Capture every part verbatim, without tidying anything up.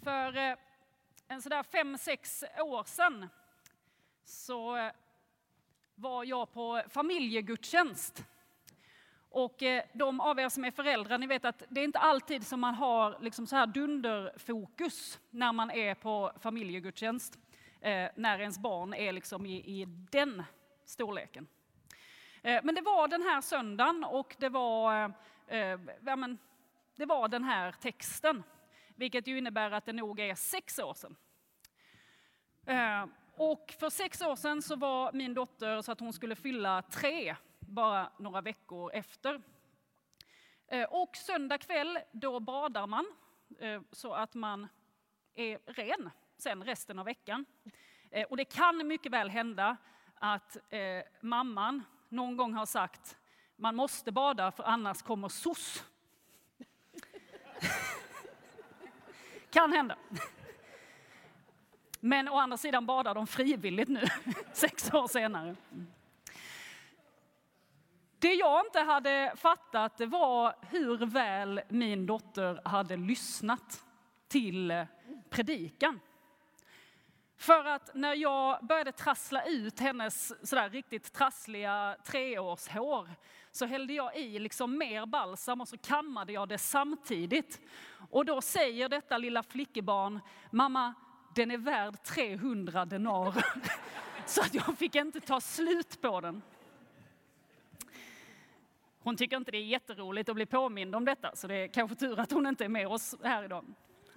För eh, en sådär fem, sex år sedan så eh, var jag på familjegudstjänst. Och eh, de av er som är föräldrar, ni vet att det är inte alltid som man har liksom så här dunderfokus när man är på familjegudstjänst. Eh, när ens barn är liksom i, i den storleken. Eh, men det var den här söndagen och det var, eh, ja, men, det var den här texten. Vilket ju innebär att det nog är sex år sedan. Eh, och för sex år sedan så var min dotter så att hon skulle fylla tre bara några veckor efter. Eh, och söndag kväll då badar man eh, så att man är ren sen resten av veckan. Eh, och det kan mycket väl hända att eh, mamman någon gång har sagt man måste bada för annars kommer S O S. Kan hända. Men å andra sidan badar de frivilligt nu, sex år senare. Det jag inte hade fattat det var hur väl min dotter hade lyssnat till predikan. För att när jag började trassla ut hennes sådär riktigt trassliga treårshår så hällde jag i liksom mer balsam och så kammade jag det samtidigt. Och då säger detta lilla flickebarn, mamma, den är värd trehundra denarer. Så att jag fick inte ta slut på den. Hon tycker inte det är jätteroligt att bli påmind om detta, så det är kanske tur att hon inte är med oss här idag.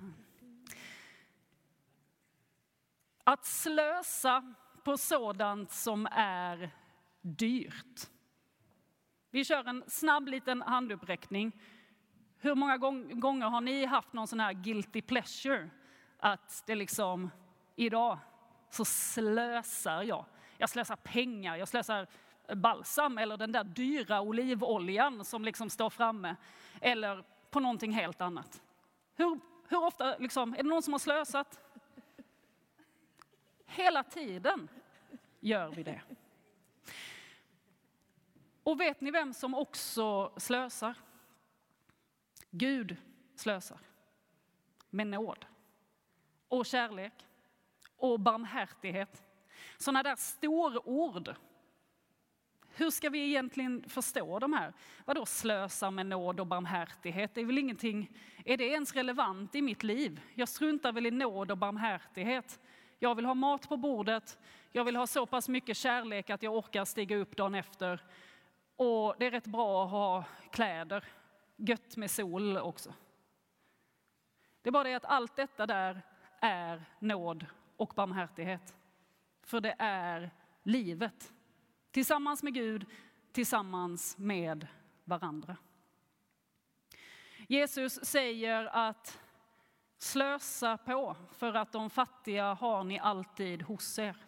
Att slösa på sådant som är dyrt. Vi kör en snabb liten handuppräckning. Hur många gånger har ni haft någon sån här guilty pleasure? Att det liksom, idag så slösar jag. Jag slösar pengar, jag slösar balsam eller den där dyra olivoljan som liksom står framme. Eller på någonting helt annat. Hur, hur ofta, liksom, är det någon som har slösat? Hela tiden gör vi det. Och vet ni vem som också slösar? Gud slösar med nåd och kärlek och barmhärtighet. Sådana där storord. Hur ska vi egentligen förstå de här? Vadå slösa med nåd och barmhärtighet? Det är väl ingenting, är det ens relevant i mitt liv? Jag struntar väl i nåd och barmhärtighet. Jag vill ha mat på bordet. Jag vill ha så pass mycket kärlek att jag orkar stiga upp dagen efter. Och det är rätt bra att ha kläder. Gött med sol också. Det är bara det att allt detta där är nåd och barmhärtighet. För det är livet. Tillsammans med Gud, tillsammans med varandra. Jesus säger att slösa på för att de fattiga har ni alltid hos er.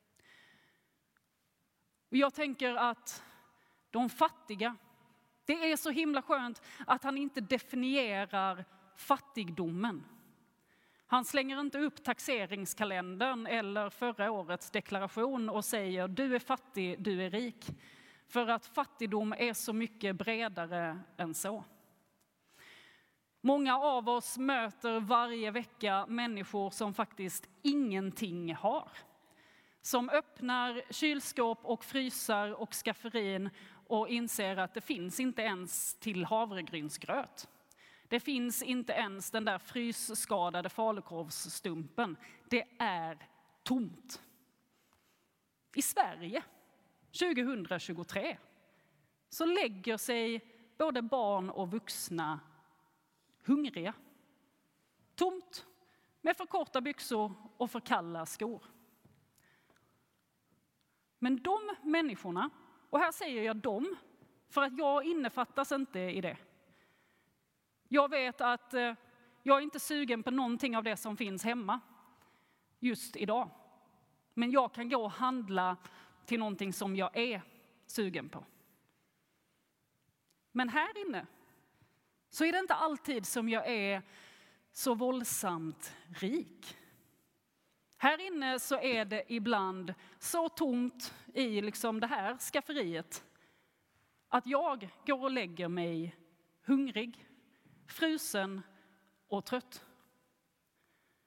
Och jag tänker att de fattiga, det är så himla skönt att han inte definierar fattigdomen. Han slänger inte upp taxeringskalendern eller förra årets deklaration och säger du är fattig, du är rik. För att fattigdom är så mycket bredare än så. Många av oss möter varje vecka människor som faktiskt ingenting har. Som öppnar kylskåp och frysar och skafferin och inser att det finns inte ens till havregrynsgröt. Det finns inte ens den där frysskadade falukorvsstumpen. Det är tomt. I Sverige tjugohundratjugotre så lägger sig både barn och vuxna hungriga. Tomt med för korta byxor och för kalla skor. Men de människorna, och här säger jag dem för att jag innefattas inte i det. Jag vet att jag är inte sugen på någonting av det som finns hemma just idag. Men jag kan gå och handla till någonting som jag är sugen på. Men här inne så är det inte alltid som jag är så våldsamt rik. Här inne så är det ibland så tomt i liksom det här skafferiet att jag går och lägger mig hungrig, frusen och trött.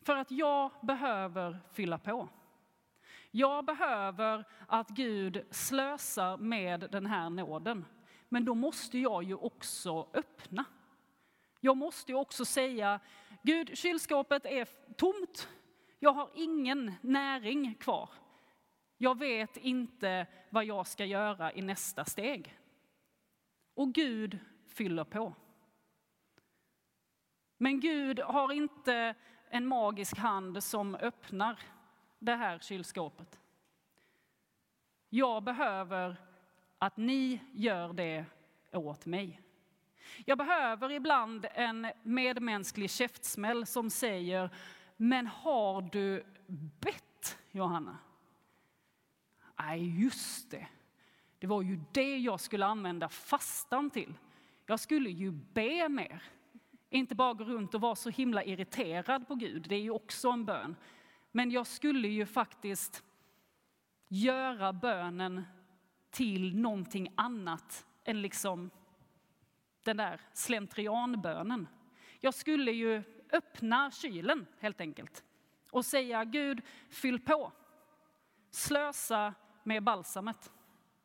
För att jag behöver fylla på. Jag behöver att Gud slösar med den här nåden. Men då måste jag ju också öppna. Jag måste ju också säga, Gud, kylskåpet är tomt. Jag har ingen näring kvar. Jag vet inte vad jag ska göra i nästa steg. Och Gud fyller på. Men Gud har inte en magisk hand som öppnar det här kylskåpet. Jag behöver att ni gör det åt mig. Jag behöver ibland en medmänsklig käftsmäll som säger, men har du bett, Johanna? Nej, just det. Det var ju det jag skulle använda fastan till. Jag skulle ju be mer. Inte bara gå runt och vara så himla irriterad på Gud. Det är ju också en bön. Men jag skulle ju faktiskt göra bönen till någonting annat än liksom den där slentrianbönen. Jag skulle ju öppna kylen helt enkelt och säga, Gud, fyll på. Slösa med balsamet.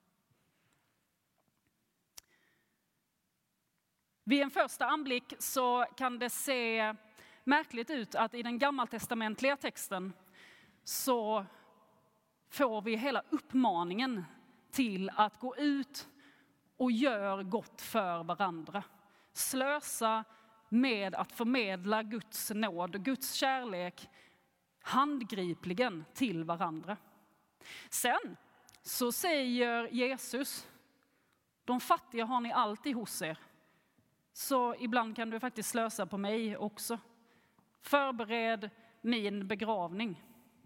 Vid en första anblick så kan det se märkligt ut att i den gammaltestamentliga texten så får vi hela uppmaningen till att gå ut och gör gott för varandra. Slösa med att förmedla Guds nåd, Guds kärlek handgripligen till varandra. Sen så säger Jesus, de fattiga har ni alltid hos er. Så ibland kan du faktiskt slösa på mig också. Förbered min begravning.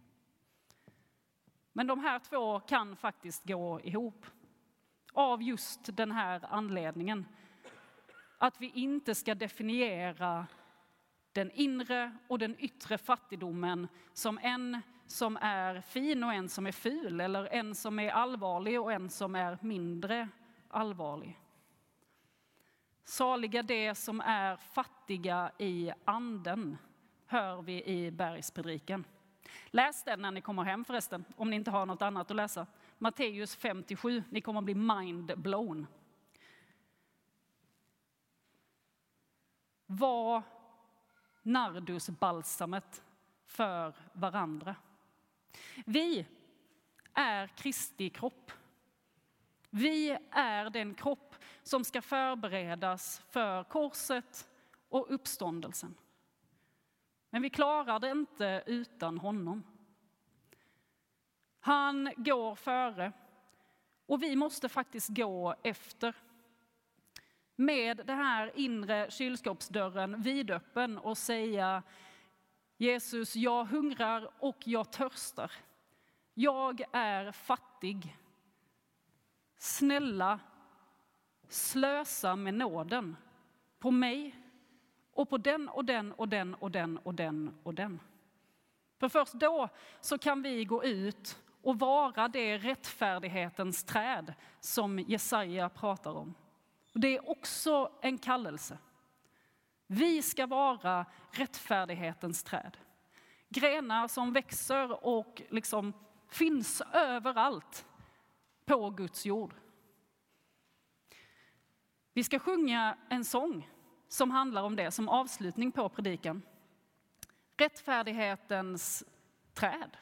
Men de här två kan faktiskt gå ihop. Av just den här anledningen. Att vi inte ska definiera den inre och den yttre fattigdomen som en som är fin och en som är ful. Eller en som är allvarlig och en som är mindre allvarlig. Saliga det som är fattiga i anden, hör vi i bergspredikan. Läs den när ni kommer hem förresten, om ni inte har något annat att läsa. Matteus femtiosju, ni kommer att bli mind blown. Var nardusbalsamet för varandra. Vi är Kristi kropp. Vi är den kropp som ska förberedas för korset och uppståndelsen. Men vi klarar det inte utan honom. Han går före och vi måste faktiskt gå efter. Med den här inre kylskåpsdörren vidöppen och säga, Jesus, jag hungrar och jag törstar. Jag är fattig. Snälla, slösa med nåden på mig och på den och den och den och den och den och den. För först då så kan vi gå ut och vara det rättfärdighetens träd som Jesaja pratar om. Och det är också en kallelse. Vi ska vara rättfärdighetens träd. Grenar som växer och liksom finns överallt på Guds jord. Vi ska sjunga en sång som handlar om det som avslutning på predikan. Rättfärdighetens träd.